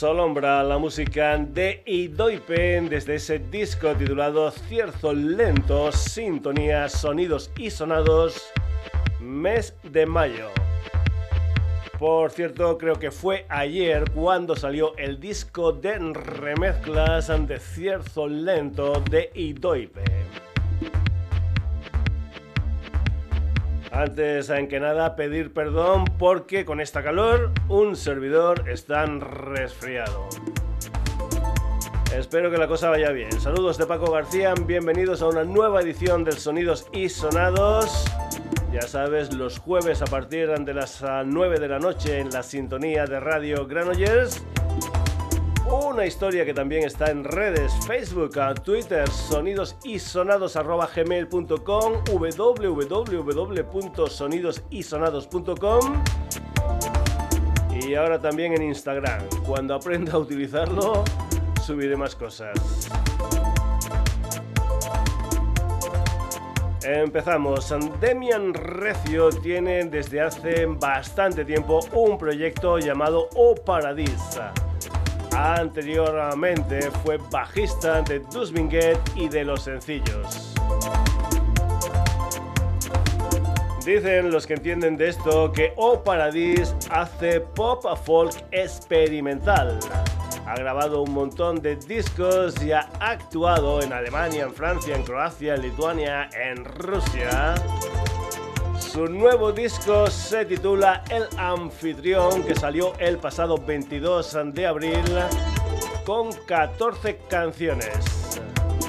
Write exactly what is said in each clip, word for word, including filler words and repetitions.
Solombra, la música de Idoipe desde ese disco titulado Cierzo Lento, Sintonía, Sonidos y Sonados, mes de mayo. Por cierto, creo que fue ayer cuando salió el disco de remezclas de Cierzo Lento de Idoipe. Antes que nada, pedir perdón porque con esta calor un servidor está resfriado. Espero que la cosa vaya bien. Saludos de Paco García, bienvenidos a una nueva edición del Sonidos y Sonados. Ya sabes, los jueves a partir de las nueve de la noche en la sintonía de Radio Granollers. Una historia que también está en redes, Facebook, Twitter, sonidosysonados arroba gmail punto com, w w w punto sonidos y sonados punto com y ahora también en Instagram. Cuando aprenda a utilizarlo, subiré más cosas. Empezamos. Demian Recio tiene desde hace bastante tiempo un proyecto llamado O Paradisa. Anteriormente fue bajista de Dusminguet y de Los Sencillos. Dicen los que entienden de esto que O Paradis hace pop folk experimental. Ha grabado un montón de discos y ha actuado en Alemania, en Francia, en Croacia, en Lituania, en Rusia. Su nuevo disco se titula El Anfitrión, que salió el pasado veintidós de abril con catorce canciones.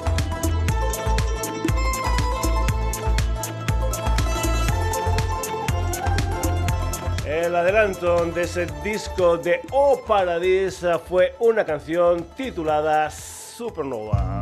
El adelanto de ese disco de O Paradis fue una canción titulada Supernova.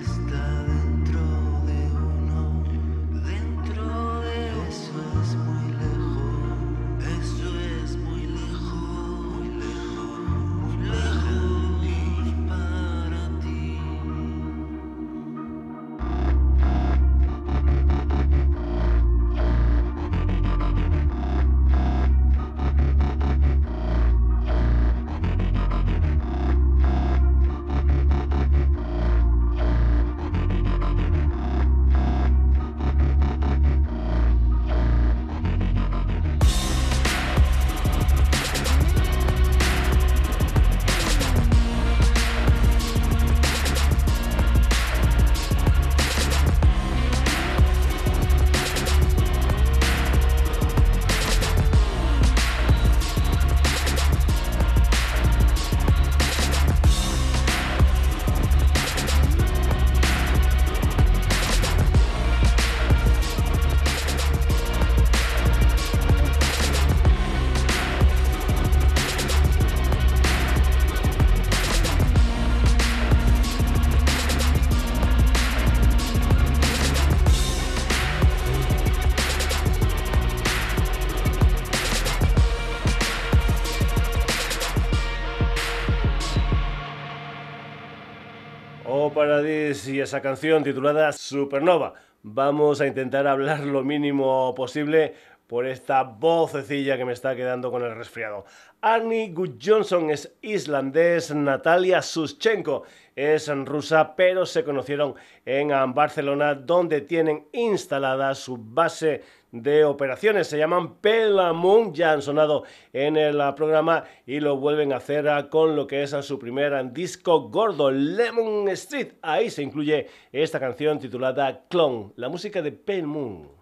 Muy Paradise y esa canción titulada Supernova. Vamos a intentar hablar lo mínimo posible por esta vocecilla que me está quedando con el resfriado. Arnie Gudjonsson es islandés, Natalia Suschenko es rusa, pero se conocieron en Barcelona, donde tienen instalada su base de operaciones. Se llaman Pale Moon, ya han sonado en el programa y lo vuelven a hacer con lo que es su primer disco gordo, Lemon Street. Ahí se incluye esta canción titulada Clone, la música de Pale Moon.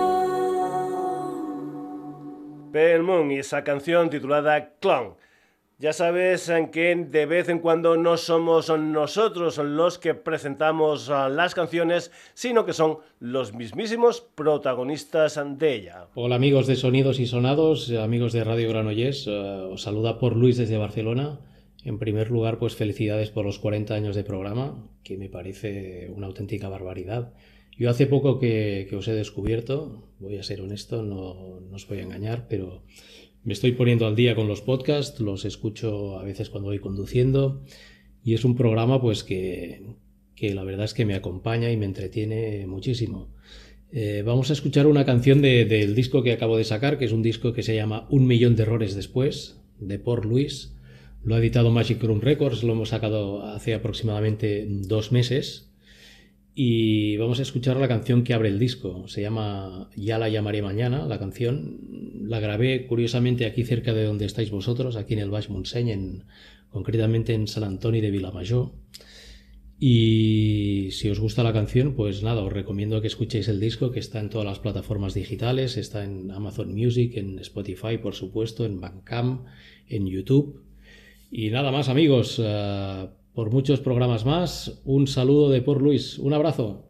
Pale Moon y esa canción titulada Clone. Ya sabes que de vez en cuando no somos nosotros los que presentamos las canciones, sino que son los mismísimos protagonistas de ella. Hola amigos de Sonidos y Sonados, amigos de Radio Granollers, uh, os saluda Port Luis desde Barcelona. En primer lugar, pues felicidades por los cuarenta años de programa, que me parece una auténtica barbaridad. Yo hace poco que, que os he descubierto, voy a ser honesto, no, no os voy a engañar, pero me estoy poniendo al día con los podcasts, los escucho a veces cuando voy conduciendo y es un programa pues que, que la verdad es que me acompaña y me entretiene muchísimo. Eh, vamos a escuchar una canción de, del disco que acabo de sacar, que es un disco que se llama Un millón de errores después, de Port Luis. Lo ha editado Magic Room Records, lo hemos sacado hace aproximadamente dos meses. Y vamos a escuchar la canción que abre el disco. Se llama Ya la llamaré mañana, la canción. La grabé curiosamente aquí cerca de donde estáis vosotros, aquí en el Baix Montseny, en, concretamente en Sant Antoni de Vilamajor. Y si os gusta la canción, pues nada, os recomiendo que escuchéis el disco, que está en todas las plataformas digitales, está en Amazon Music, en Spotify, por supuesto, en Bandcamp, en YouTube. Y nada más, amigos. Uh, Por muchos programas más, un saludo de Port Luis. Un abrazo.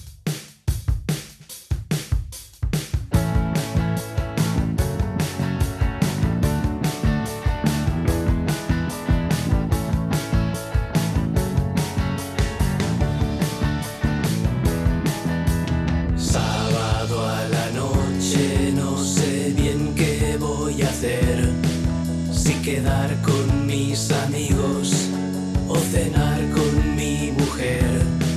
Sábado a la noche, no sé bien qué voy a hacer. Si quedar con mis amigos o cenar con mi mujer.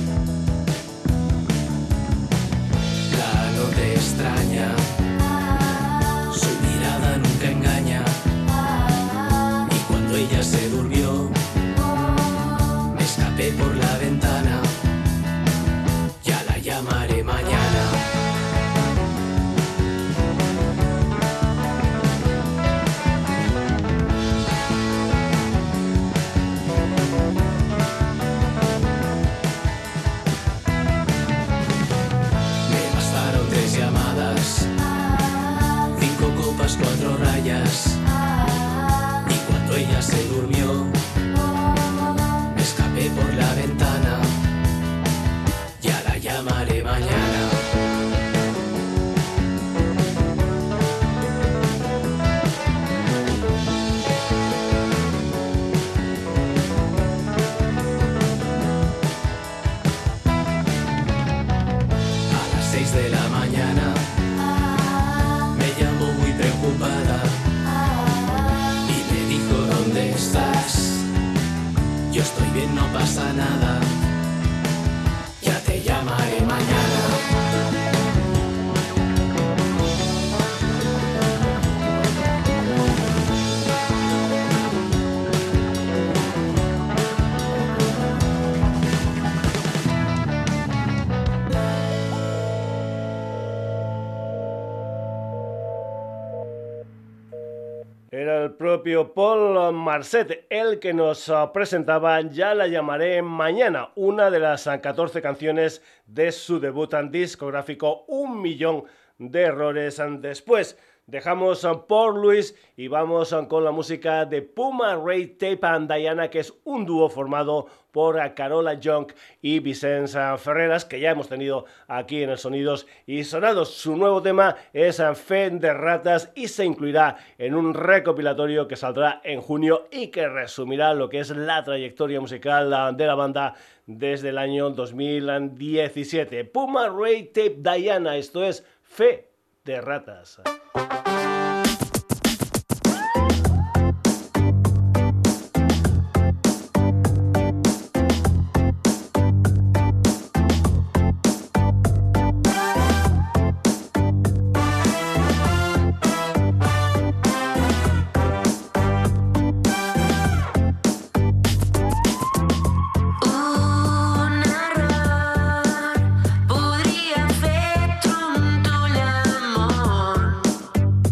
Cano te extraña, su mirada nunca engaña. Y cuando ella se durmió, me escapé por la ventana. Ya la llamaré mañana. Cuatro rayas. Y cuando ella se durmió, me escapé por la ventana. Ya la llamaré mañana. A las seis de la mañana y me dijo: ¿dónde estás? Yo estoy bien, no pasa nada. Ya te llamaré mañana. Era el propio Paul Marcet el que nos presentaba Ya la llamaré mañana, una de las catorce canciones de su debut discográfico Un millón de errores después. Dejamos Port Luis y vamos con la música de Puma Ray Tape and Diana, que es un dúo formado por Carola Young y Vicens Ferreras, que ya hemos tenido aquí en el Sonidos y Sonados. Su nuevo tema es Fe de Ratas y se incluirá en un recopilatorio que saldrá en junio y que resumirá lo que es la trayectoria musical de la banda desde el año dos mil diecisiete. Puma Ray Tape Diana, esto es Fe de Ratas. Un error podria fer trontoll l'amor.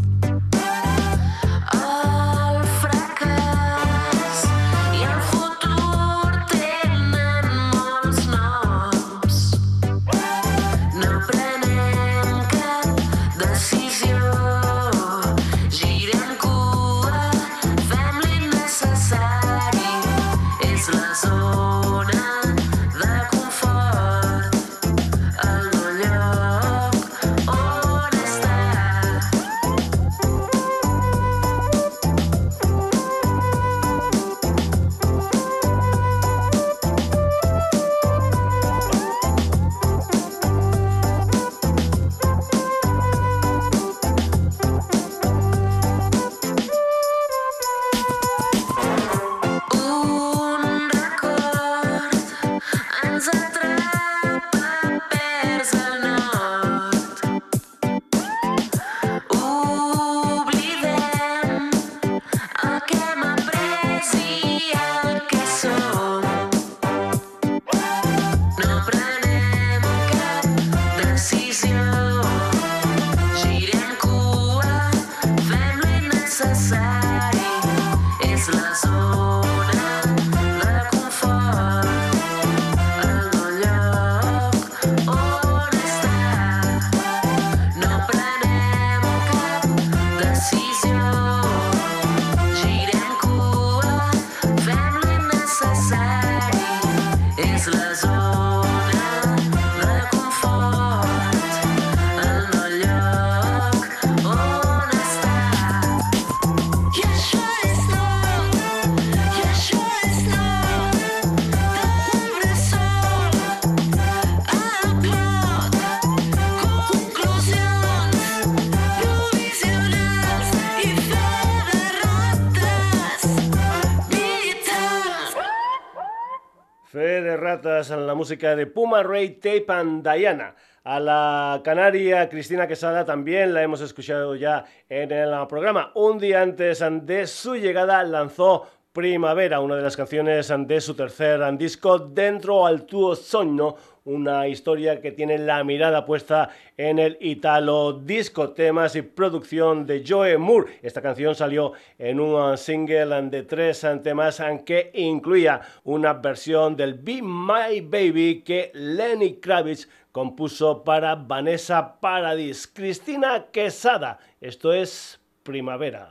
Ratas, la música de Puma Ray, Tape and Diana. A la canaria Cristina Quesada también la hemos escuchado ya en el programa. Un día antes de su llegada lanzó Primavera, una de las canciones de su tercer disco, Dentro al tuo sogno, una historia que tiene la mirada puesta en el italo disco, temas y producción de Joe Moore. Esta canción salió en un single de tres temas que incluía una versión del Be My Baby que Lenny Kravitz compuso para Vanessa Paradis. Cristina Quesada, esto es Primavera.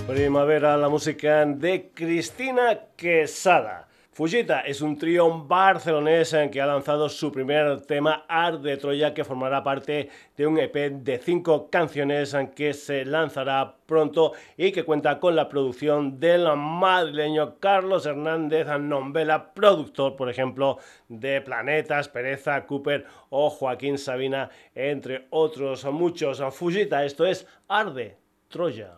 Primavera, la música de Cristina Quesada. Fujita es un trío barcelonés que ha lanzado su primer tema, Art de Troya, que formará parte de un E P de cinco canciones que se lanzará pronto y que cuenta con la producción del madrileño Carlos Hernández Nombela, productor, por ejemplo, de Planetas, Pereza, Cooper o Joaquín Sabina, entre otros muchos. Fujita, esto es Art de Troya.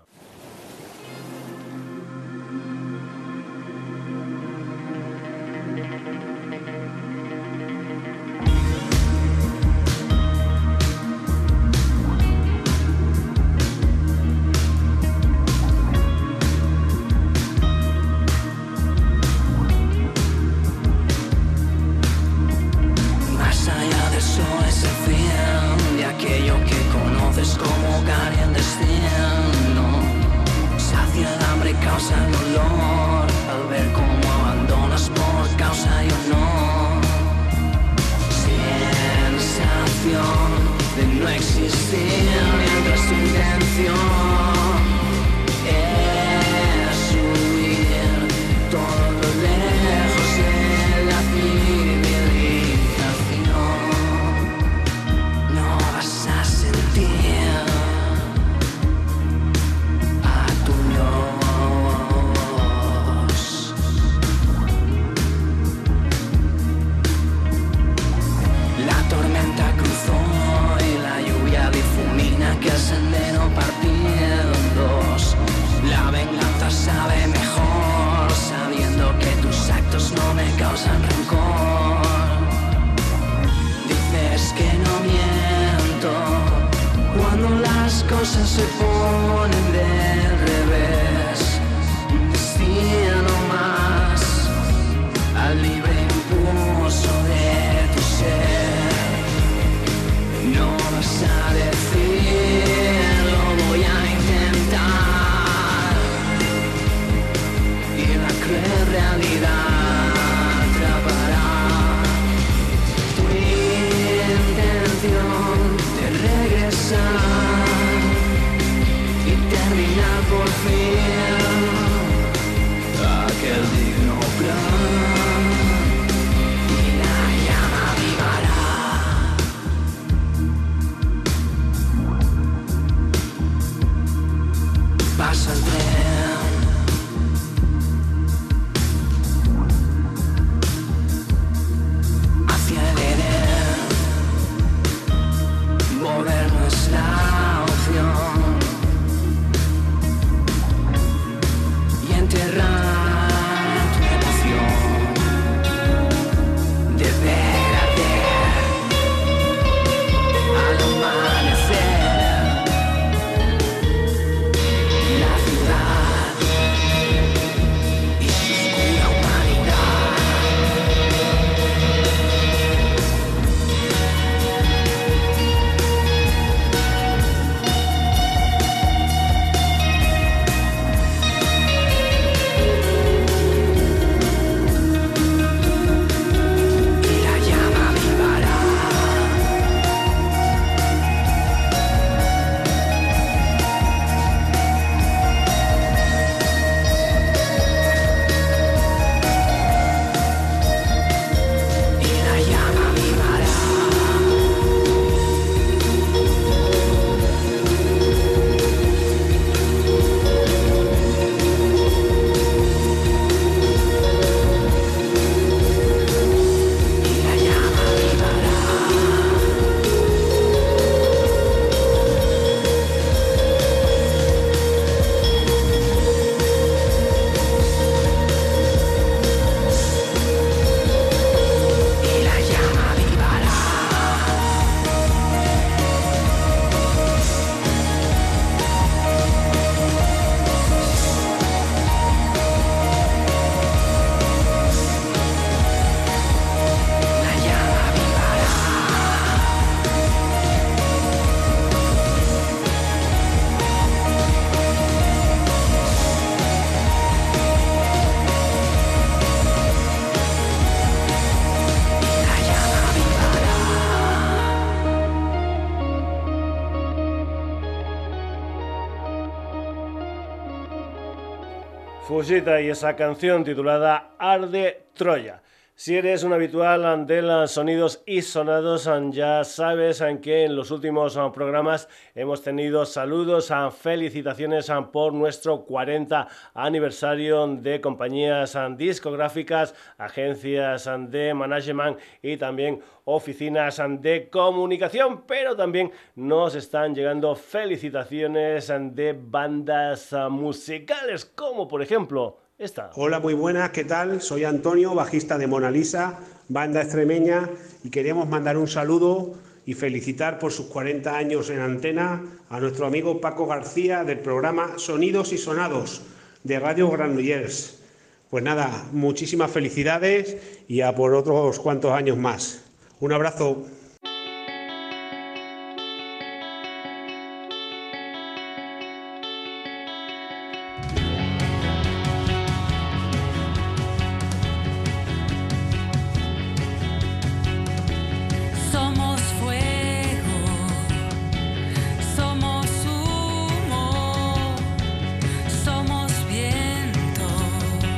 Fujita y esa canción titulada Arde Troya. Si eres un habitual de los sonidos y sonados, ya sabes que en los últimos programas hemos tenido saludos, felicitaciones por nuestro cuarenta aniversario de compañías discográficas, agencias de management y también oficinas de comunicación, pero también nos están llegando felicitaciones de bandas musicales, como por ejemplo esta. Hola, muy buenas, ¿qué tal? Soy Antonio, bajista de Mona Lisa, banda extremeña, y queríamos mandar un saludo y felicitar por sus cuarenta años en antena a nuestro amigo Paco García del programa Sonidos y Sonados de Radio Granollers. Pues nada, muchísimas felicidades y a por otros cuantos años más. Un abrazo.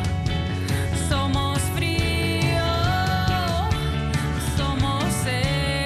Somos frío, somos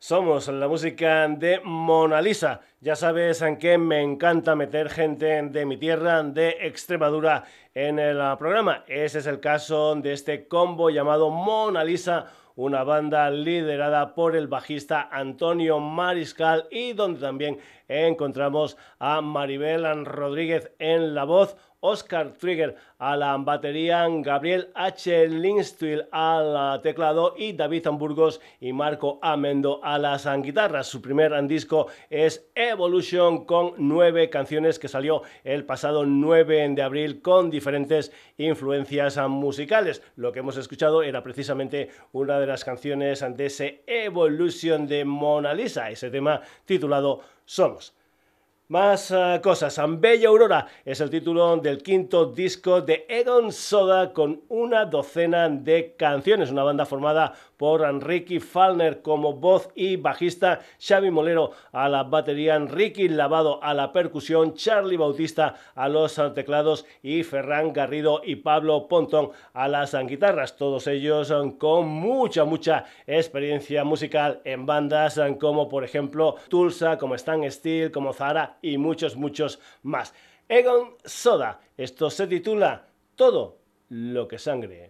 Somos la música de Mona Lisa. Ya sabes en qué me encanta meter gente de mi tierra, de Extremadura, en el programa. Ese es el caso de este combo llamado Mona Lisa, una banda liderada por el bajista Antonio Mariscal y donde también encontramos a Maribel Rodríguez en la voz, Oscar Trigger a la batería, Gabriel H. Lindstwill al teclado y David Burgos y Marco Amendo a las guitarras. Su primer disco es Evolution, con nueve canciones, que salió el pasado nueve de abril con diferentes influencias musicales. Lo que hemos escuchado era precisamente una de las canciones de ese Evolution de Mona Lisa, ese tema titulado Somos. Más uh, cosas. Bella Aurora es el título del quinto disco de Egon Soda, con una docena de canciones. Una banda formada por Ricky Falner como voz y bajista, Xavi Molero a la batería, Ricky Lavado a la percusión, Charlie Bautista a los teclados y Ferran Garrido y Pablo Pontón a las guitarras. Todos ellos con mucha, mucha experiencia musical en bandas como por ejemplo Tulsa, como Stan Steel, como Zahara y muchos, muchos más. Egon Soda, esto se titula Todo lo que sangre.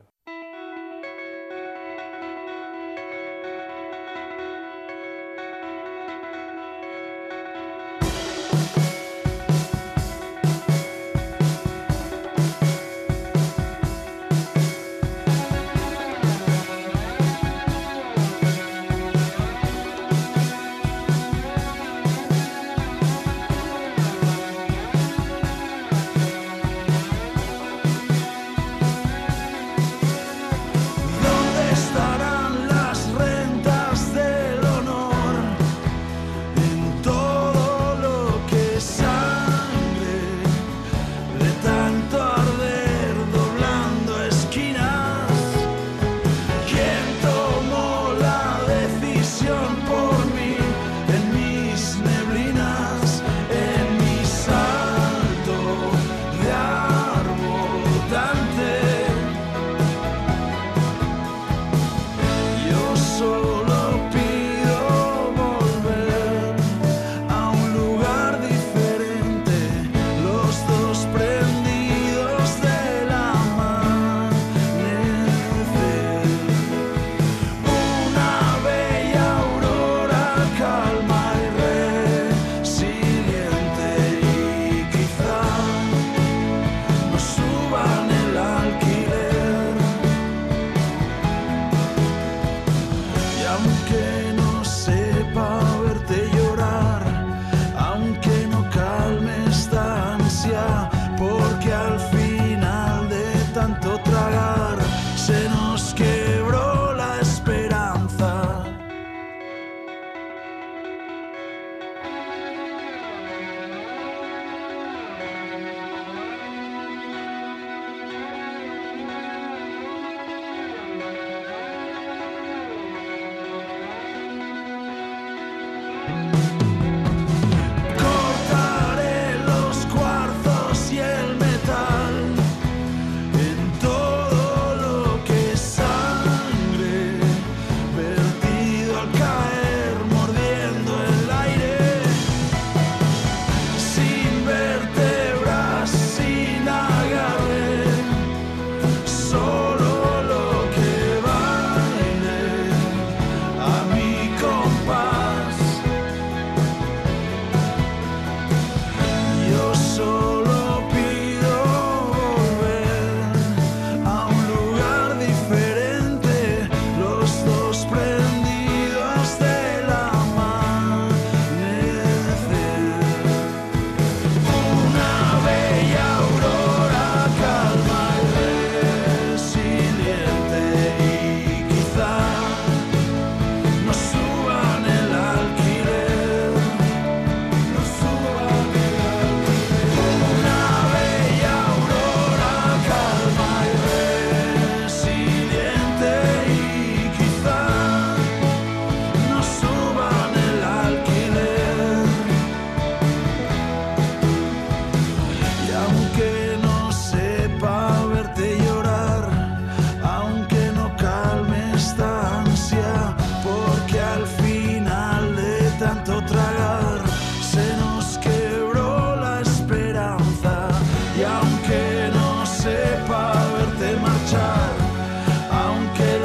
Cortaré los cuarzos y el metal en todo lo que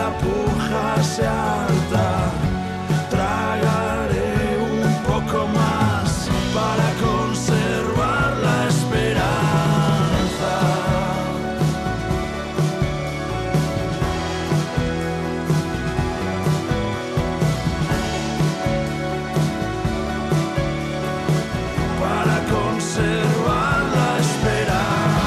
la puja sea alta, tragaré un poco más para conservar la esperanza. Para conservar la esperanza.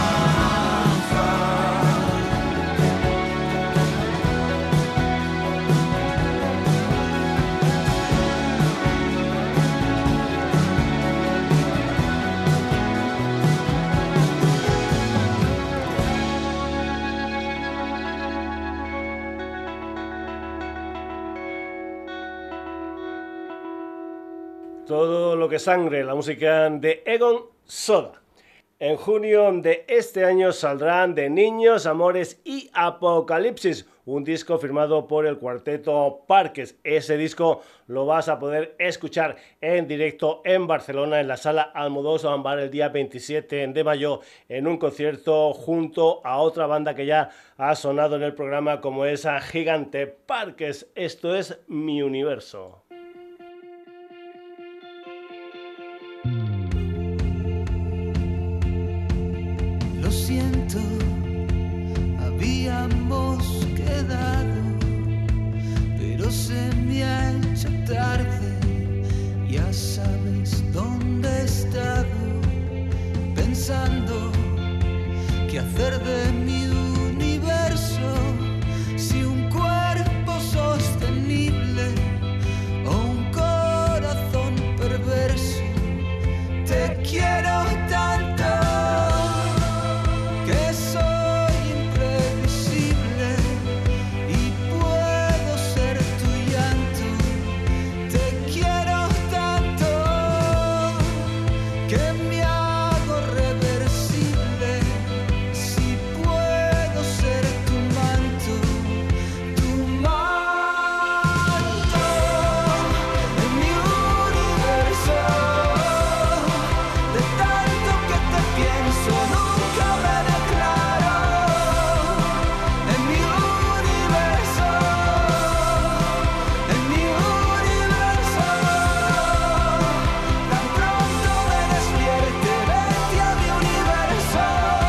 Todo lo que sangre, la música de Egon Soda. En junio de este año saldrán De Niños, Amores y Apocalipsis, un disco firmado por el cuarteto Parques. Ese disco lo vas a poder escuchar en directo en Barcelona, en la Sala Almodóvar Bar, el día veintisiete de mayo, en un concierto junto a otra banda que ya ha sonado en el programa, como es a Gigante Parques. Esto es Mi Universo. Lo siento, habíamos quedado, pero se me ha hecho tarde. Ya sabes dónde he estado, pensando qué hacer de mi universo, si un cuerpo sostenible o un corazón perverso. Te quiero tanto que soy imprevisible y puedo ser tu llanto. Te quiero tanto que me hago reversible. Si puedo ser tu manto, tu manto en mi universo. De tanto que te pienso nunca me declaro en mi universo, en mi universo. Tan pronto me despierte, vete a mi universo.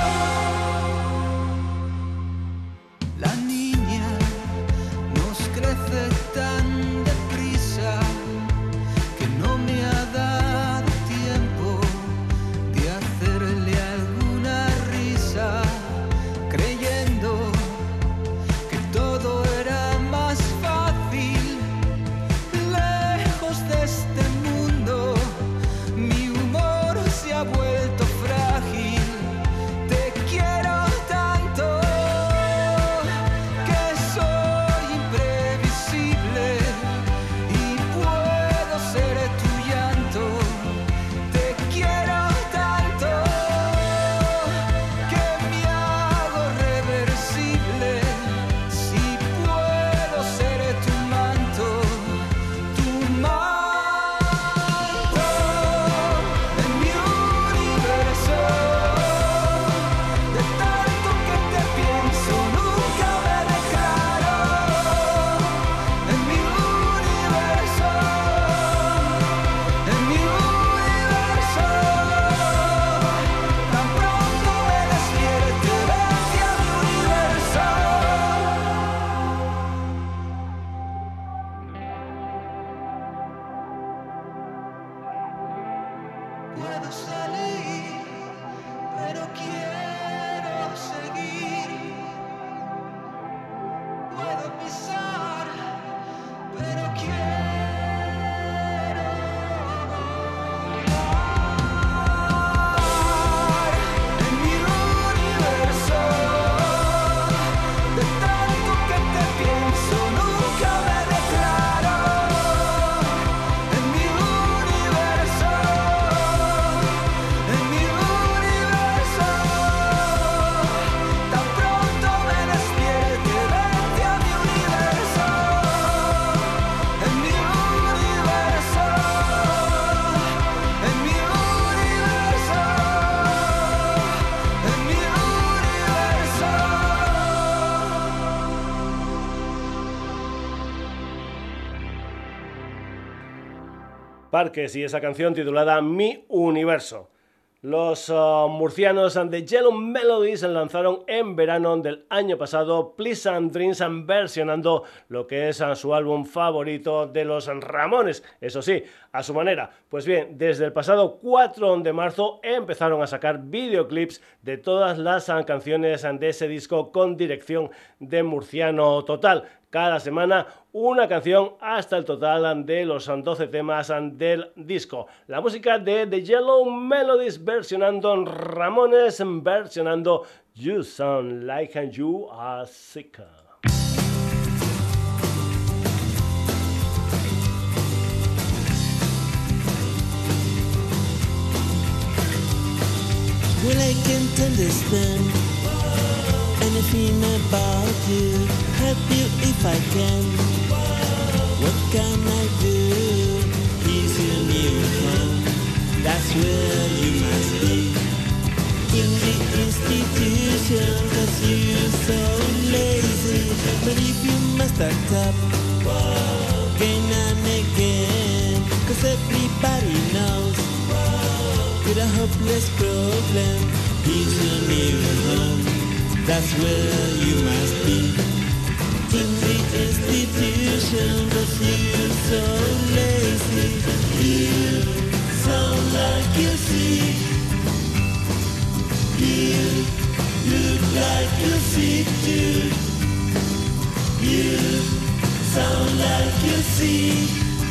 La niña nos crece tan deprisa que no me ha dado tiempo de hacerle alguna risa, creyendo que todo era más fácil lejos de este mundo. Mi humor se ha vuelto frágil. Te quiero tanto que soy imprevisible y puedo ser tu llanto. Te quiero tanto que me hago reversible. Si puedo ser tu manto, tu manto en mi universo. De tanto que te pienso nunca me declaro en mi universo, en mi universo. Tan pronto me despierte, vete a mi universo. Puedo salir, pero quiero seguir. Puedo pisar, pero quiero volar en mi universo. De tanto que te pienso nunca me declaro en mi universo, en mi universo. Tan pronto me despierte, vete a mi universo. Parques y esa canción titulada Mi Universo. Los uh, murcianos de Yellow Melodies lanzaron en verano del año pasado Pleasant Dreams, versionando lo que es uh, su álbum favorito de los Ramones, eso sí, a su manera. Pues bien, desde el pasado cuatro de marzo empezaron a sacar videoclips de todas las uh, canciones de ese disco con dirección de murciano total. Cada semana una canción hasta el total de los doce temas del disco. La música de The Yellow Melodies versionando Ramones, versionando You Sound Like You Are Sick. Well, I can't understand anything about you. Help you if I can. What can I do? Here's your new home. That's where you must be. In the institution, cause you're so lazy. But if you must act up, again and again, cause everybody knows you're a hopeless problem. Here's your new home. That's where you must be. In the institution, but you're so lazy. You sound like you see. You look like you see too. You sound like you see.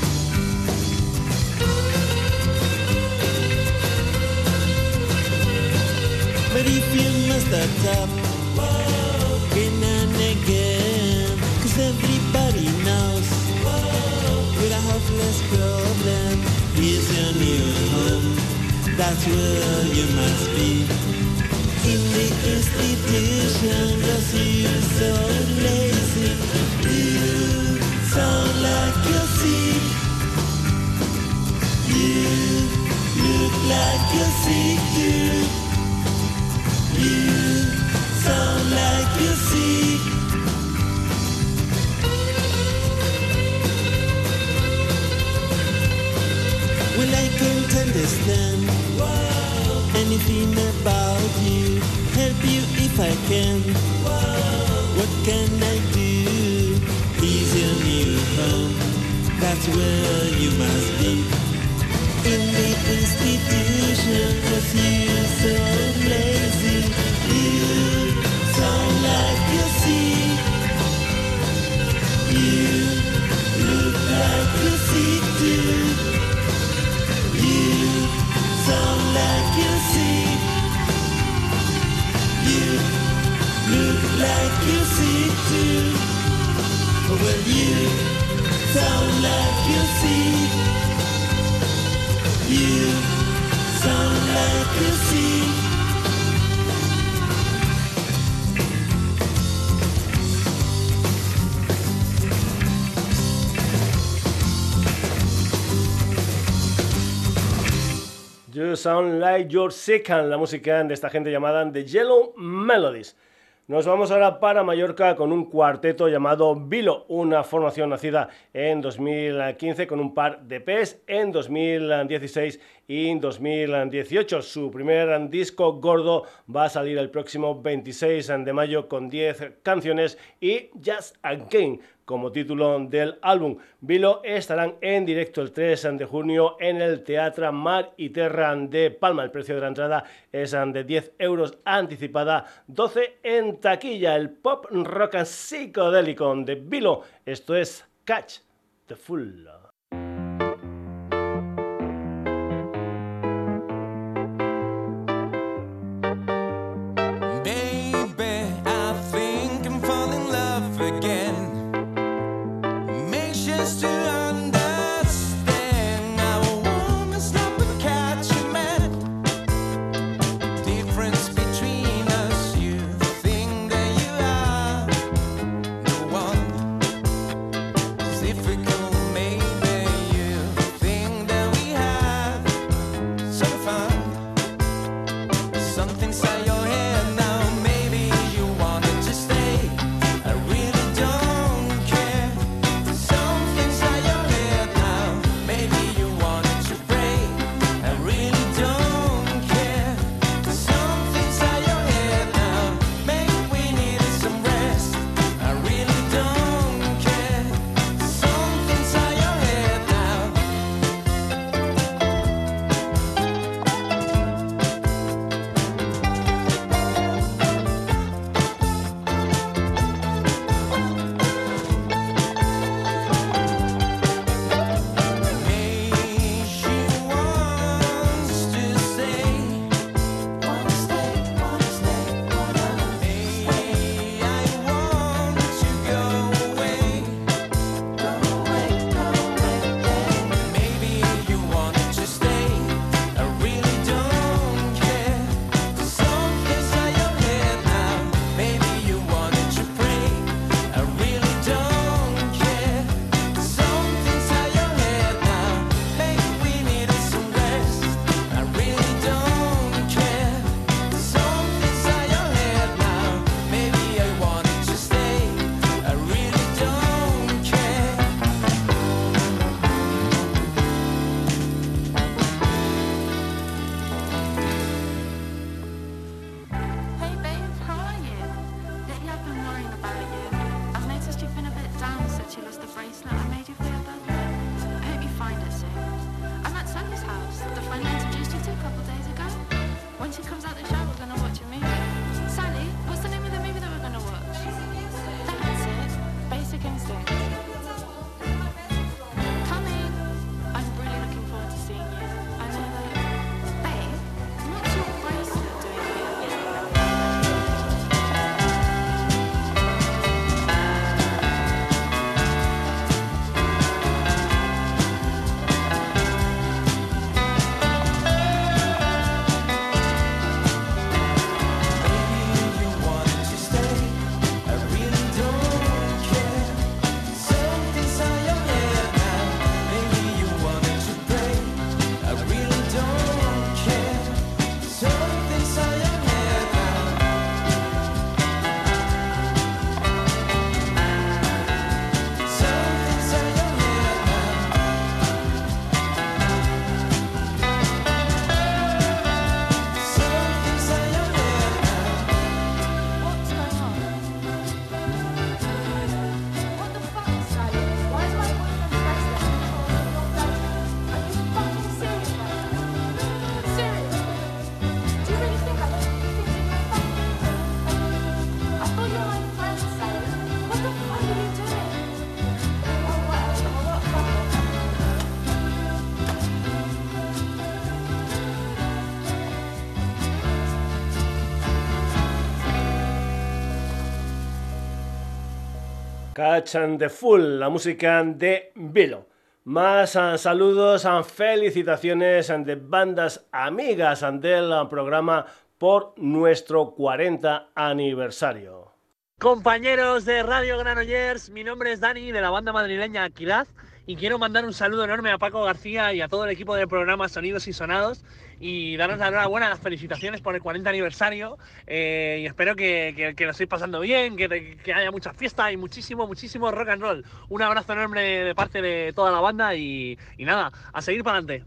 But if you must adopt again and again, cause everybody knows with a hopeless problem, here's your new home. That's where you must be. In the institution, cause you're so lazy. You sound like you see. You look like you see too. You sound like you see. Well, I can't understand anything about you. Help you if I can. What can I do? Here's your new home. That's where you must be. In the institution, cause you're so lazy. You sound like you see. You look like you see too. You sound like you see. You look like you see too. Well, you sound like you see. You sound like you see. You Sound Like You're Sick, la música de esta gente llamada The Yellow Melodies. Nos vamos ahora para Mallorca con un cuarteto llamado Vilo, una formación nacida en dos mil quince con un par de E Pes en dos mil dieciséis y dos mil dieciocho. Su primer disco gordo va a salir el próximo veintiséis de mayo con diez canciones y Just Again como título del álbum. Vilo estarán en directo el tres de junio en el Teatre Mar y Terra de Palma. El precio de la entrada es de diez euros anticipada, doce en taquilla. El pop rock psicodélico de Vilo. Esto es Catch the Fool. Maybe Catch and the Fool, la música de Vilo. Más uh, saludos, uh, felicitaciones uh, de bandas amigas uh, del uh, programa por nuestro cuarenta aniversario. Compañeros de Radio Granollers, mi nombre es Dani de la banda madrileña Aquilaz y quiero mandar un saludo enorme a Paco García y a todo el equipo del programa Sonidos y Sonados y daros la enhorabuena, las felicitaciones por el cuarenta aniversario eh, y espero que, que, que lo estéis pasando bien, que, que haya muchas fiestas y muchísimo, muchísimo rock and roll. Un abrazo enorme de parte de toda la banda y, y nada, a seguir para adelante.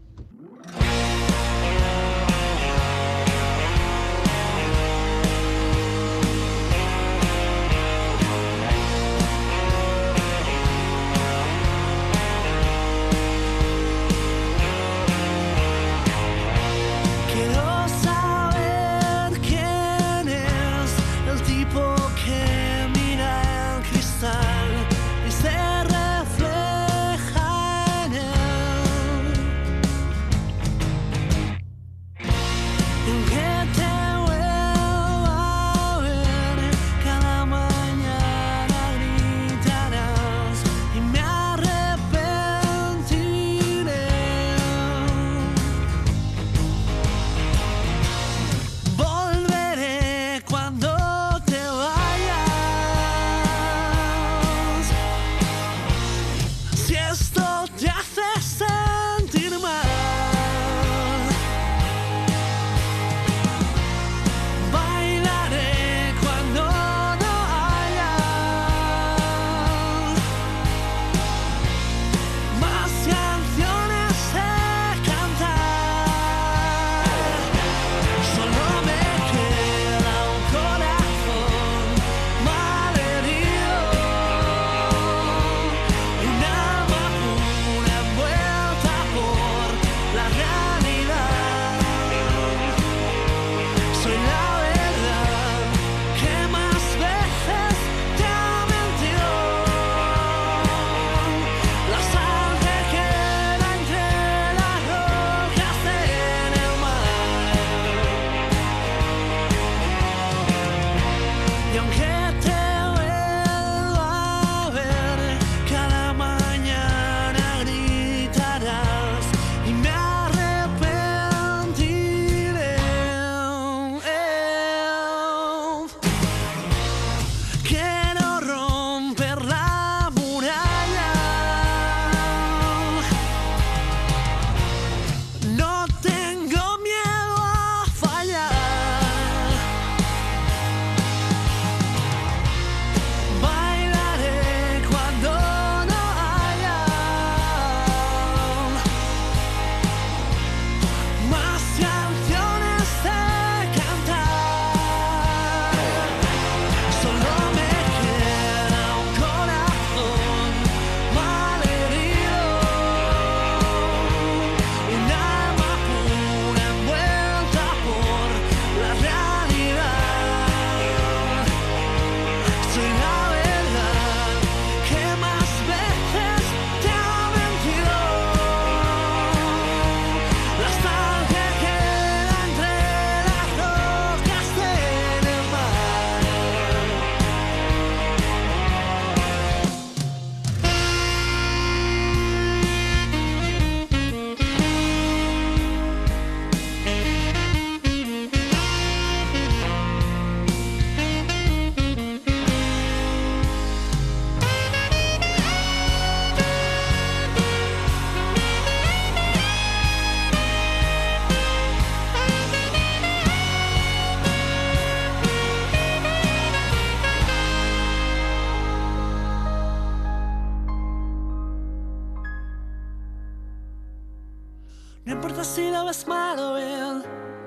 No importa si lo ves mal o bien,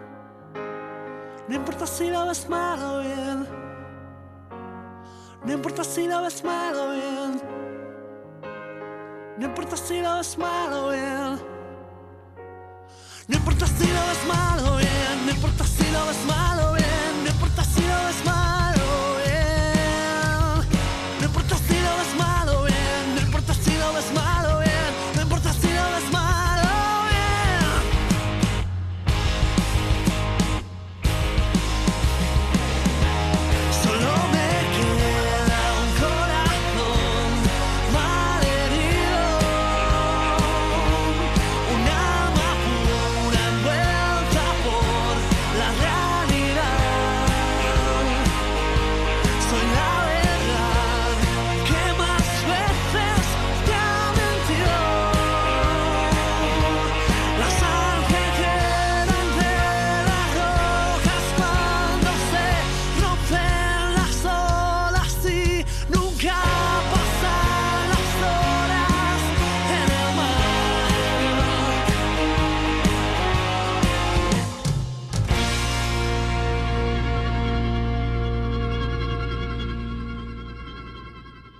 no importa si lo ves mal o bien, no importa si lo ves mal o bien, no importa si lo ves mal o bien, no importa si lo ves mal o bien, no importa si lo ves mal o bien, no importa si lo ves mal o bien, no importa si lo ves mal o bien, no importa si lo ves mal o bien, no importa si lo ves mal. Solo me queda un corazón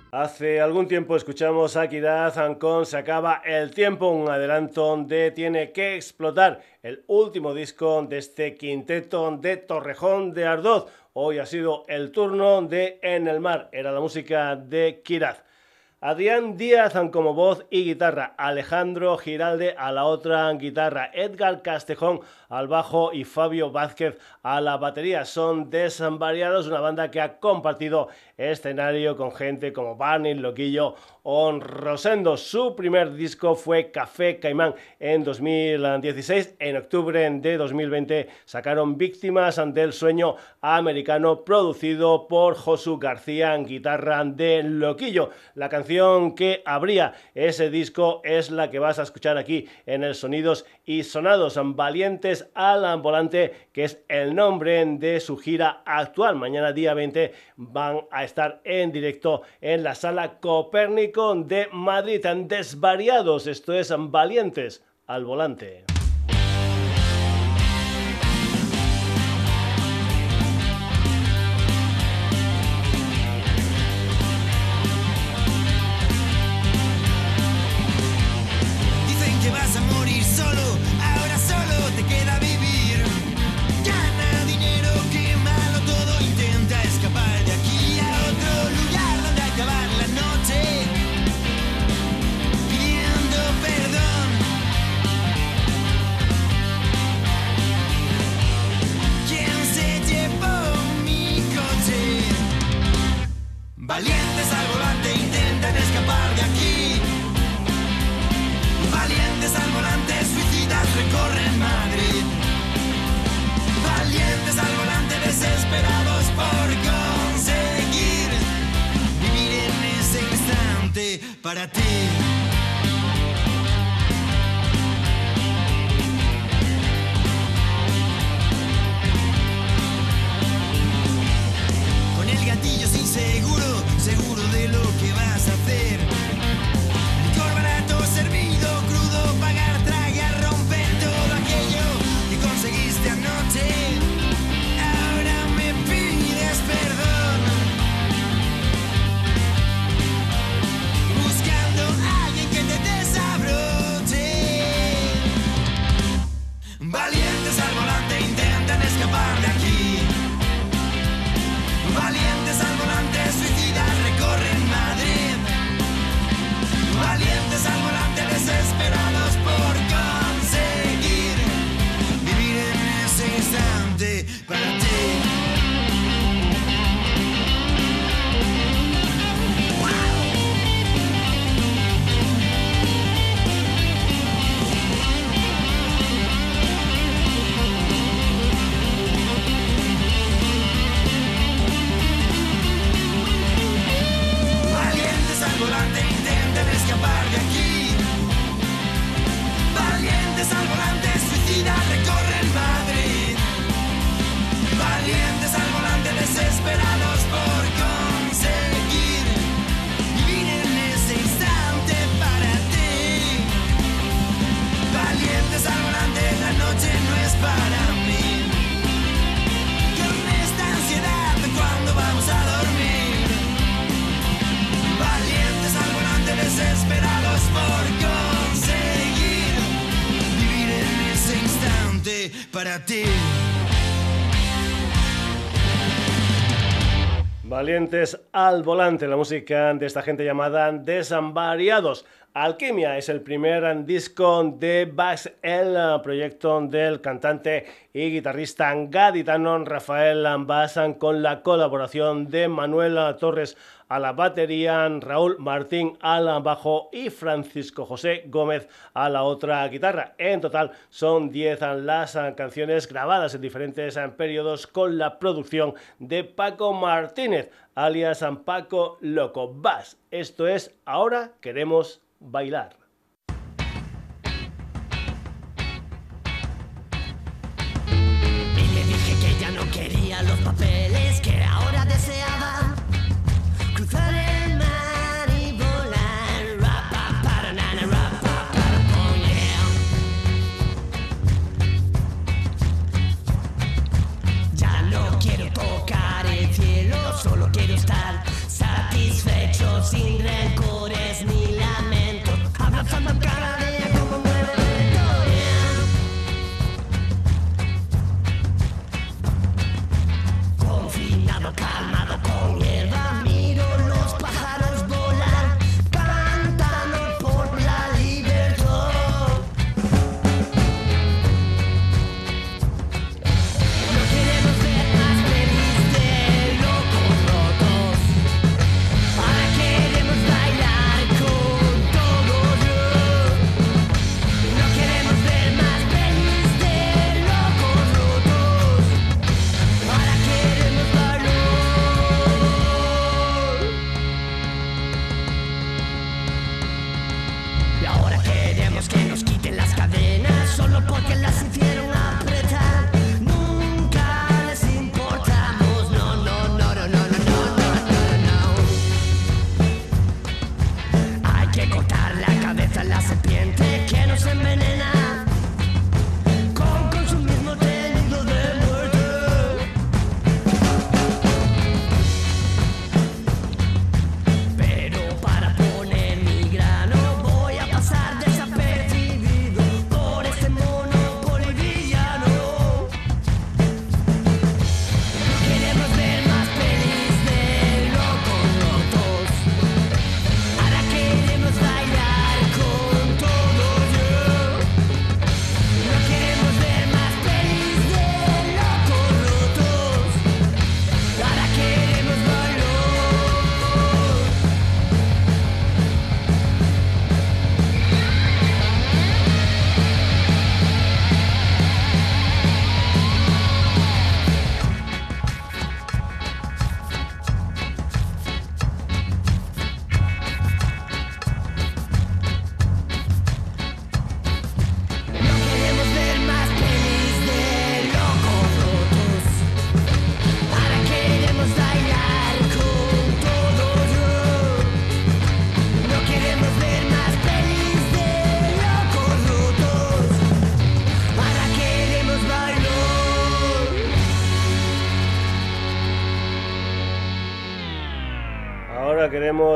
Hace algún tiempo escuchamos a Kiraz con Se acaba el tiempo, un adelanto de Tiene que explotar, el último disco de este quinteto de Torrejón de Ardoz. Hoy ha sido el turno de En el mar, era la música de Kiraz. Adrián Díaz como voz y guitarra, Alejandro Giralde a la otra guitarra, Edgar Castejón al bajo y Fabio Vázquez a la batería. Son Desvariados, una banda que ha compartido escenario con gente como Barney, Loquillo o Rosendo. Su primer disco fue Café Caimán en dos mil dieciséis. En octubre de dos mil veinte sacaron Víctimas del Sueño Americano, producido por Josu García, guitarra de Loquillo. La canción que abría ese disco es la que vas a escuchar aquí en el Sonidos y Sonados. Valientes al volante, que es el nombre de su gira actual. Mañana día veinte van a estar en directo en la Sala Copérnico de Madrid. Desvariados, esto es Valientes al volante. Valientes al volante intentan escapar de aquí. Valientes al volante, suicidas recorren Madrid. Valientes al volante, desesperados por conseguir vivir en ese instante para ti. Seguro, seguro de lo que vas a hacer. Licor barato, servido, crudo, pagar, tragar, romper todo aquello que conseguiste anoche. Ahora me pides perdón, buscando a alguien que te desabroche. Valientes al volante intentan escapar de aquí. Valientes al volante, suicidas recorren Madrid. Valientes al volante, desesperados por conseguir vivir en ese instante para ti. Volante intentan escapar de aquí. Valientes al volante, suicidas recorren Madrid. Valientes al volante, desesperados por conseguir vivir en ese instante para ti. Valientes al volante, la noche no es para mí. Con esta ansiedad de cuándo vamos a dormir. Valientes al volante, desesperados por conseguir vivir en ese instante para ti. Valientes al volante, la música de esta gente llamada Desvariados. Alquimia es el primer disco de Bax, el proyecto del cantante y guitarrista gaditano Rafael Basan, con la colaboración de Manuel Torres a la batería, Raúl Martín al bajo y Francisco José Gómez a la otra guitarra. En total son diez las canciones grabadas en diferentes periodos con la producción de Paco Martínez, alias Paco Loco Bass. Esto es Ahora Queremos Bailar. Y le dije que ya no quería los papeles, que ahora deseaba cruzar el mar y volar. Rapa para nana, rapa para oh yeah. Ya no quiero tocar el cielo, solo quiero estar satisfecho sin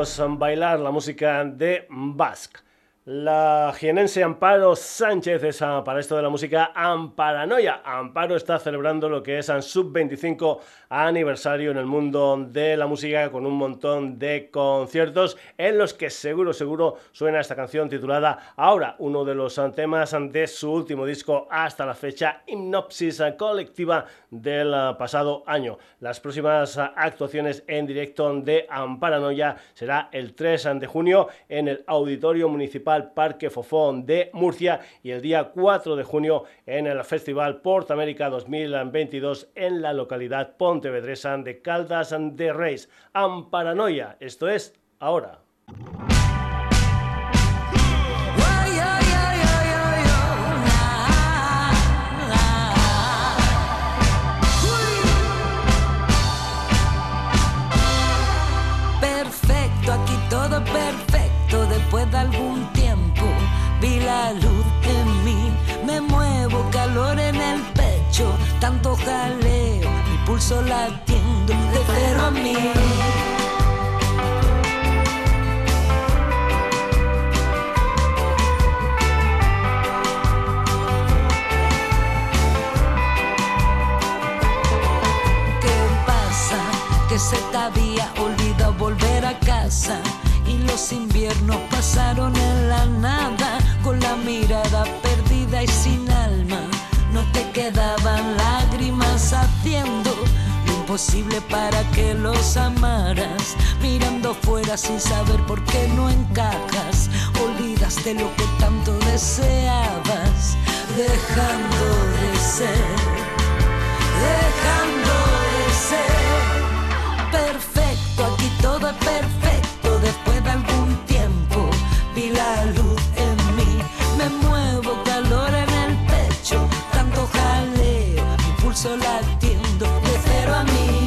queremos bailar la música de Basque. La jienense Amparo Sánchez es para esto de la música Amparanoia. Amparo está celebrando lo que es el sub veinticinco aniversario en el mundo de la música, con un montón de conciertos en los que seguro, seguro suena esta canción titulada Ahora, uno de los temas de su último disco hasta la fecha, Hipnosis Colectiva, del pasado año. Las próximas actuaciones en directo de Amparanoia será el tres de junio en el Auditorio Municipal Parque Fofón de Murcia y el día cuatro de junio en el Festival Portamérica dos mil veintidós en la localidad pontevedresa de Caldas de Reis. Amparanoia, esto es Ahora. Perfecto, aquí todo perfecto. Después de algún tiempo vi la luz en mí, me muevo, calor en el pecho, tanto jaleo, mi pulso latiendo de cero a mí. ¿Qué pasa? Que se te había olvidado volver a casa y los inviernos pasaron en la nada, con la mirada perdida y sin alma. No te quedaban lágrimas haciendo lo imposible para que los amaras, mirando fuera sin saber por qué no encajas. Olvidaste lo que tanto deseabas, dejando de ser, dejando de ser. Perfecto, aquí todo es perfecto. Después de algún tiempo vi la luz en mí, me muevo, calor en el pecho, tanto jaleo, mi pulso latiendo de cero a mí.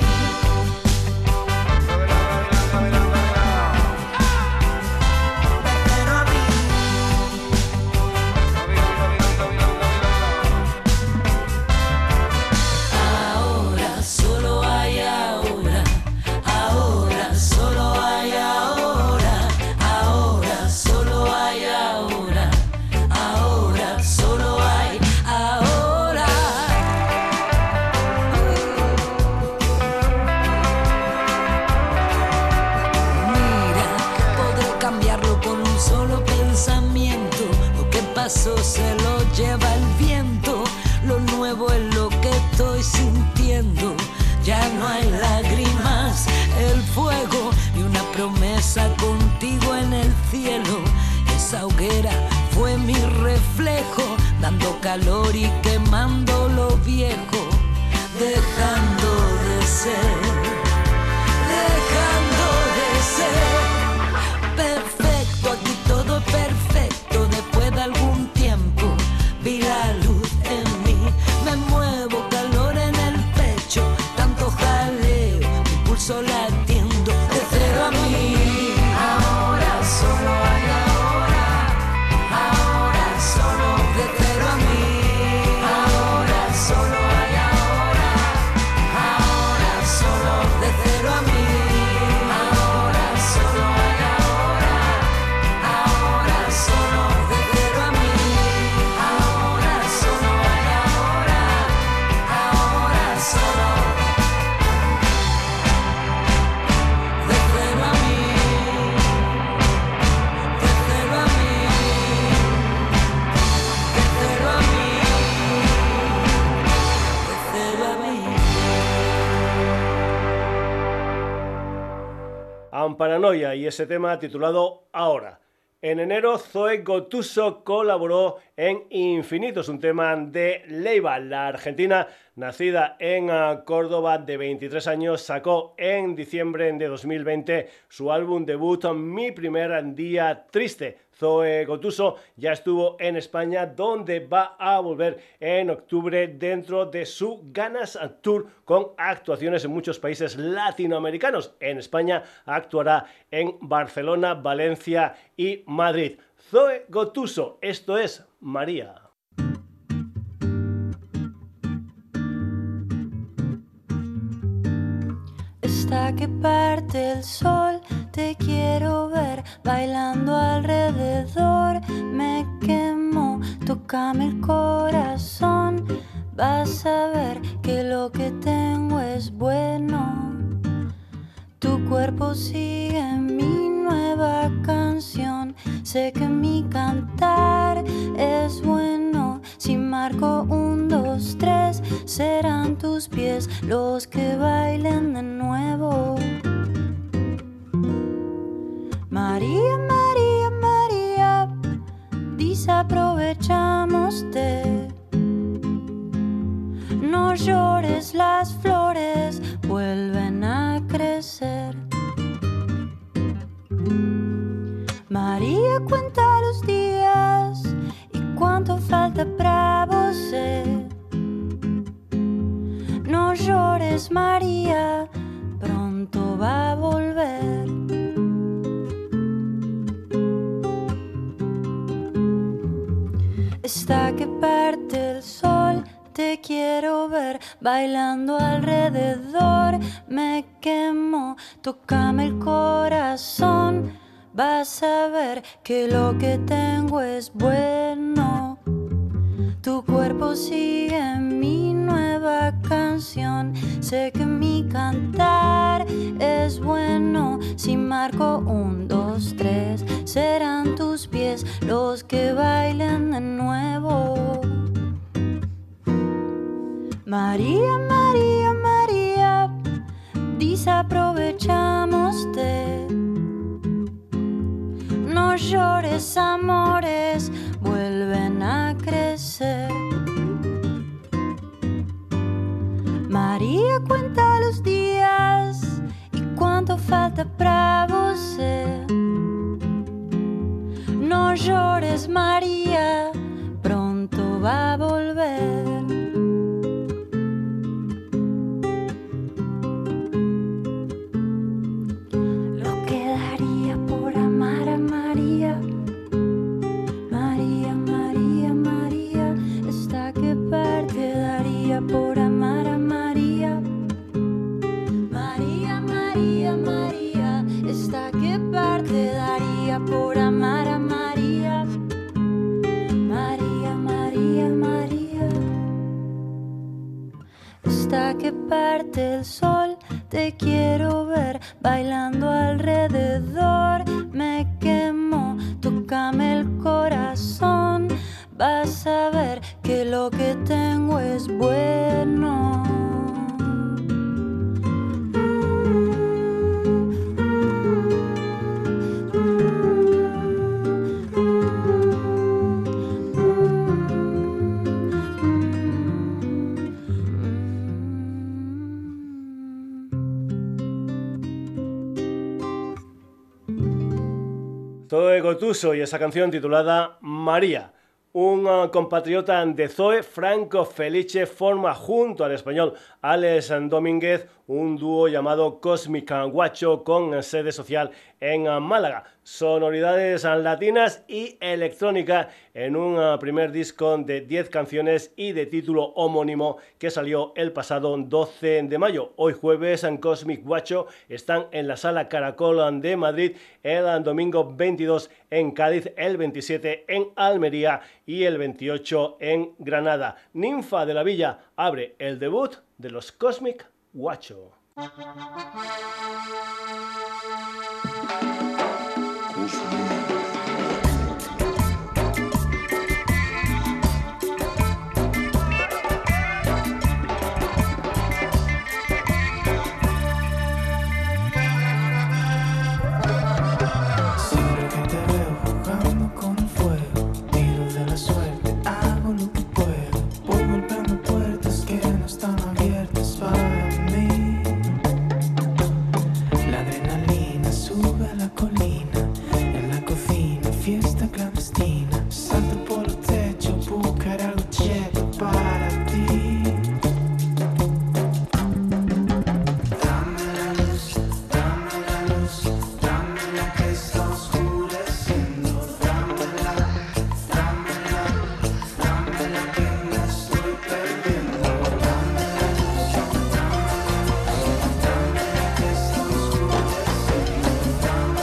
Ahora solo hay ahora, ahora solo hay ahora, ahora solo hay ahora, ahora solo hay ahora. Mira, podré cambiarlo con un solo pensamiento. Lo que pasó se lo lleva el viento. Lo nuevo es lo que estoy sintiendo. Ya no hay lágrimas, el fuego y una promesa contigo en el cielo. Esa hoguera fue mi reflejo, dando calor y quemando lo viejo, dejando de ser, dejando de ser. Perfecto, aquí todo es perfecto. Después de algún tiempo vi la luz en mí, me muevo, calor en el pecho, tanto jaleo, mi pulso latiendo de cero a mí. Ahora solo hay ahora, ahora solo de cero a mí. Ahora solo hay ahora, ahora solo de cero a mí. Ahora solo hay ahora, ahora solo de cero a mí. Ahora solo hay ahora, ahora solo de cero a mí, de cero a mí, de cero a mí, de cero a mí. Amparanoia y ese tema titulado Ahora. En enero, Zoe Gotuso colaboró en Infinitos, un tema de Leiva. La argentina, nacida en uh, Córdoba, de veintitrés años, sacó en diciembre de dos mil veinte su álbum debut Mi primer día triste. Zoe Gotuso ya estuvo en España, donde va a volver en octubre dentro de su Ganas Tour, con actuaciones en muchos países latinoamericanos. En España actuará en Barcelona, Valencia y Madrid. Zoe Gotuso, esto es María. Hasta que parte el sol te quiero ver bailando alrededor. Me quemo, tócame el corazón. Vas a ver que lo que tengo es bueno. Tu cuerpo sigue mi nueva canción. Sé que mi cantar es bueno. Si marco un, dos, tres, serán tus pies los que bailen de nuevo. María, María, María, desaprovechamoste. No llores, las flores vuelven a crecer. María, cuenta los días y cuánto falta para você. No llores, María, pronto va a volver. Está que parte el sol, te quiero ver bailando alrededor. Me quemo, tócame el corazón. Vas a ver que lo que tengo es bueno. Tu cuerpo sigue mi nueva canción. Sé que mi cantar es bueno. Si marco un, dos, tres, serán tus pies los que bailen de nuevo. María, María, María, desaprovechamoste. No llores, amores, vuelven a crecer. María, cuenta los días y cuánto falta para você. No llores, María, pronto va a volver. Por amar a María, María, María, María, esta que parte daría por amar a María, María, María, María, esta que parte el sol, te quiero ver bailando alrededor. Me quemo, tócame el corazón. Vas a ver que lo que tengo es bueno. Zoe Gotuso y esa canción titulada María. Un uh, compatriota de Zoe, Franco Felice, forma junto al español Alex Domínguez un dúo llamado Cosmic Guacho con sede social en uh, Málaga. Sonoridades uh, latinas y electrónica en un uh, primer disco de diez canciones y de título homónimo que salió el pasado doce de mayo. Hoy jueves en Cosmic Guacho están en la Sala Caracol de Madrid, el uh, domingo veintidós en Cádiz, el veintisiete en Almería y el veintiocho en Granada. Ninfa de la Villa abre el debut de los Cosmic Guacho. Down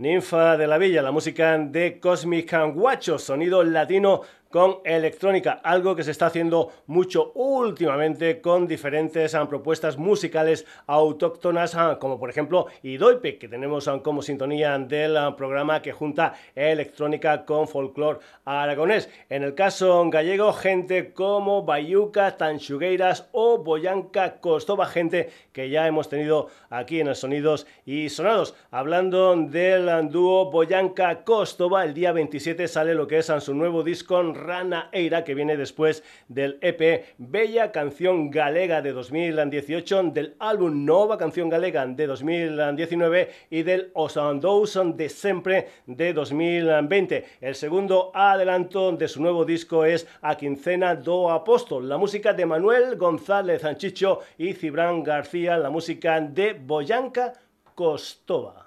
Ninfa de la Villa, la música de Cosmic Guacho, sonido latino con electrónica, algo que se está haciendo mucho últimamente con diferentes um, propuestas musicales autóctonas, um, como por ejemplo Idoipe, que tenemos um, como sintonía del um, programa que junta electrónica con folclore aragonés. En el caso gallego, gente como Bayuca, Tanxugueiras o Boyanca Costoba, gente que ya hemos tenido aquí en el Sonidos y Sonados. Hablando del um, dúo Boyanca Costoba, el día veintisiete sale lo que es um, su nuevo disco Rana Eira, que viene después del E P Bella Canción Galega de dos mil dieciocho, del álbum Nova Canción Galega de dos mil diecinueve y del Os Dous de Sempre de dos mil veinte. El segundo adelanto de su nuevo disco es A Quincena do Apóstol, la música de Manuel González Anchicho y Cibrán García, la música de Boyanca Costoba.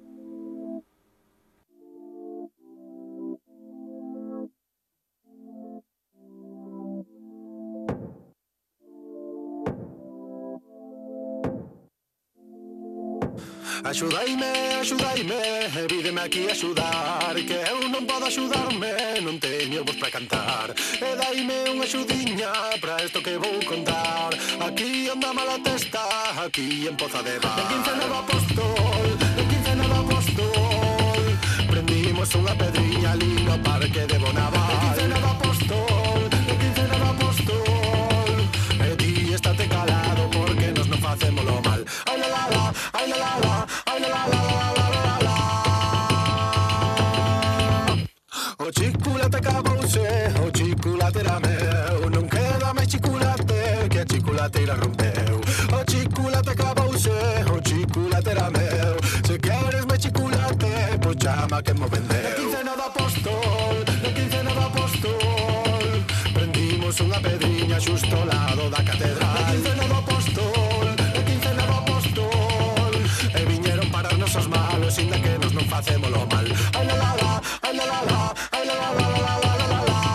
Axudaime, axudaime, vídeme aquí axudar, que eu non podo axudarme, non teño voz para cantar. E daime unha axudiña para isto que vou contar. Aquí anda mala testa, aquí en Poza de Bar. En quincena do apóstol, en quincena do apóstol, prendimos unha pedriña ali no parque de Bonaval. En quincena do apóstol, en quincena do apóstol, e ti estate calado porque nos non facémolo mal. Ai la la la, ai la la la, ai la la la la la la la. O chiculate acabouse, o chiculate era meu, non queda máis chiculate que a chiculateira rompeu. O chiculate acabouse, o chiculate era meu, se queres máis chiculate, pois chama que mo vendeu. Na quincena do apóstol, na quincena do apóstol, prendimos unha pedriña xusto ao lado da catedral. Na quincena do apóstol, na quincena do apóstol, e viñeron pararnos os malos, inda que nos non facémolo mal. Ai la la la, ai la la la, ai la la la la la la la la.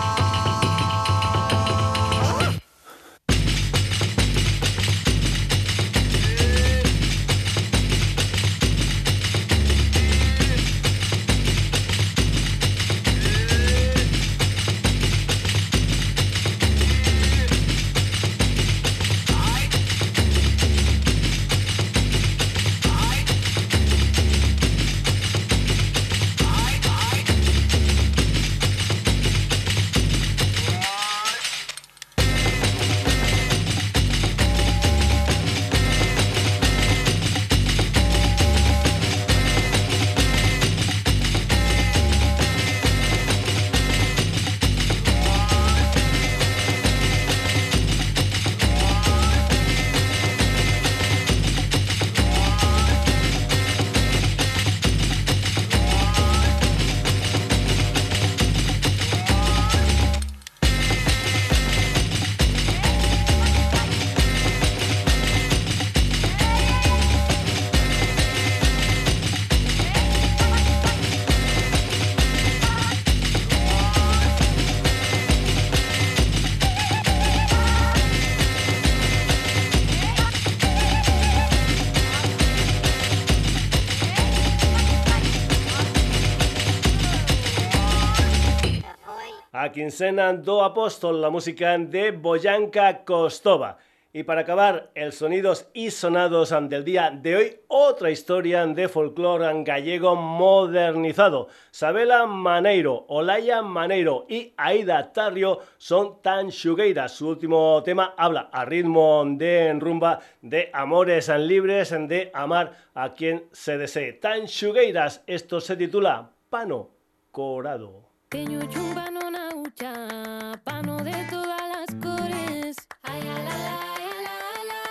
A Quincena do Apóstol, la música de Boyanca Costoba. Y para acabar el Sonidos y Sonados del día de hoy, otra historia de folclore gallego modernizado. Sabela Maneiro, Olaya Maneiro y Aida Tarrio son Tanxugueiras. Su último tema habla a ritmo de rumba de amores libres, de amar a quien se desee. Tanxugueiras, esto se titula Pano Corado. Teño chumba no na ucha, pano de todas las cores. Ay, la, la, la, la,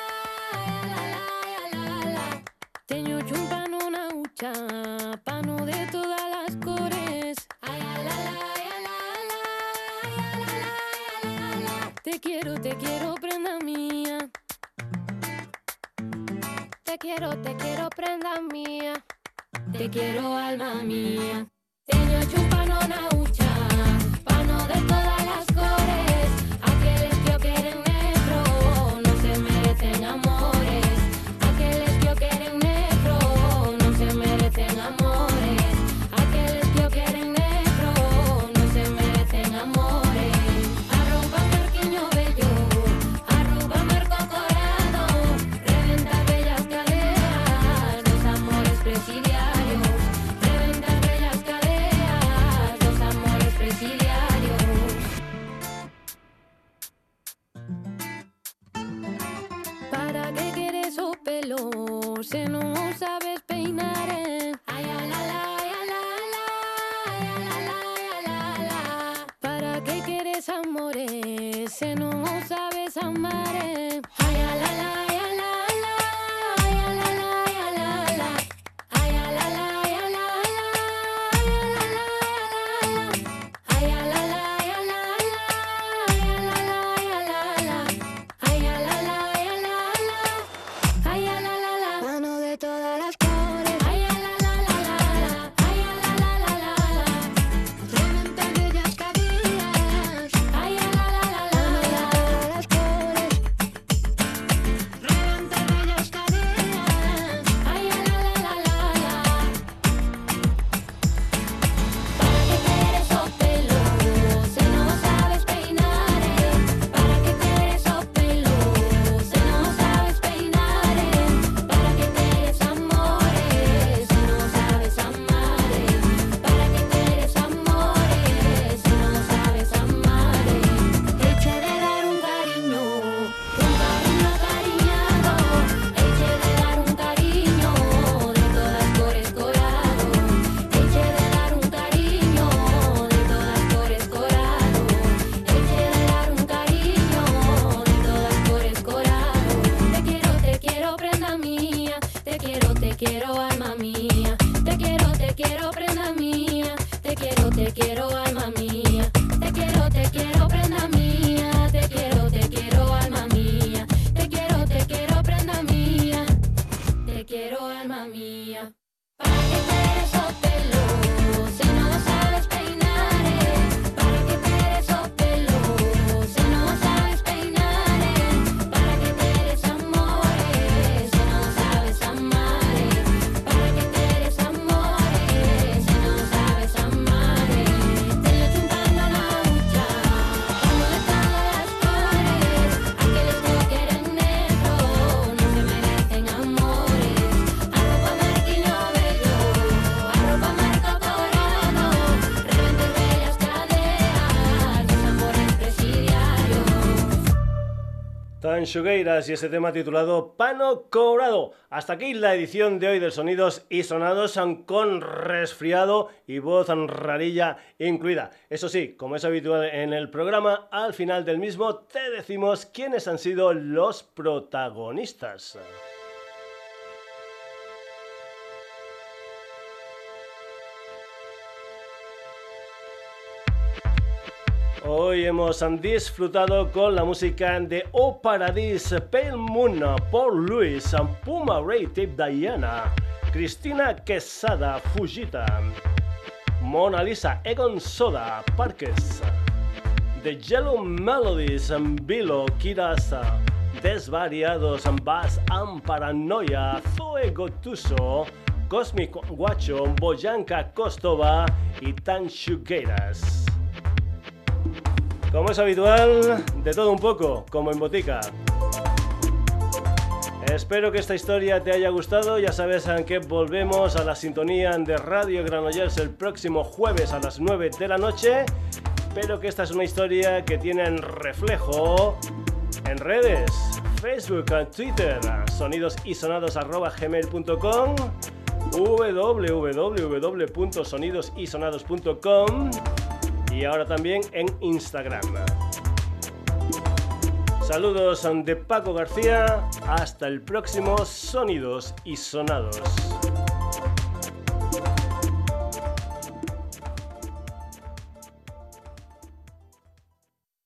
la, la, la, la. Teño chumba no na ucha, pano de todas las cores. Ay, la, la, la, la, la, la. Te quiero, te quiero, prenda mía. Te quiero, te quiero, prenda mía. Te quiero, alma mía. Teño chumba no na ucha, pano de todas las cores. Aqueles que o queren negro non se merecen amores. Aqueles que o queren negro non se merecen amores. Tanxugueiras y ese tema titulado Pano Colorado. Hasta aquí la edición de hoy del Sonidos y Sonados con resfriado y voz rarilla incluida. Eso sí, como es habitual en el programa, al final del mismo te decimos quiénes han sido los protagonistas. Hoy hemos disfrutado con la música de O Paradise, Pale Moon, Paul Lewis, Puma Ray, Tape Diana, Cristina Quesada, Fujita, Mona Lisa, Egon Soda, Parques, The Yellow Melodies, Bilo, Kirasa, Desvariados, Bass and Paranoia, Zoe Gotuso, Cosmic Guacho, Boyanka Kostova y Tanxugueiras. Como es habitual, de todo un poco, como en botica. Espero que esta historia te haya gustado. Ya sabes que volvemos a la sintonía de Radio Granollers el próximo jueves a las nueve de la noche. Pero que esta es una historia que tiene reflejo en redes, Facebook, Twitter, sonidosysonados arroba gmail punto com, w w w punto sonidosysonados punto com y ahora también en Instagram. Saludos de Paco García, hasta el próximo Sonidos y Sonados.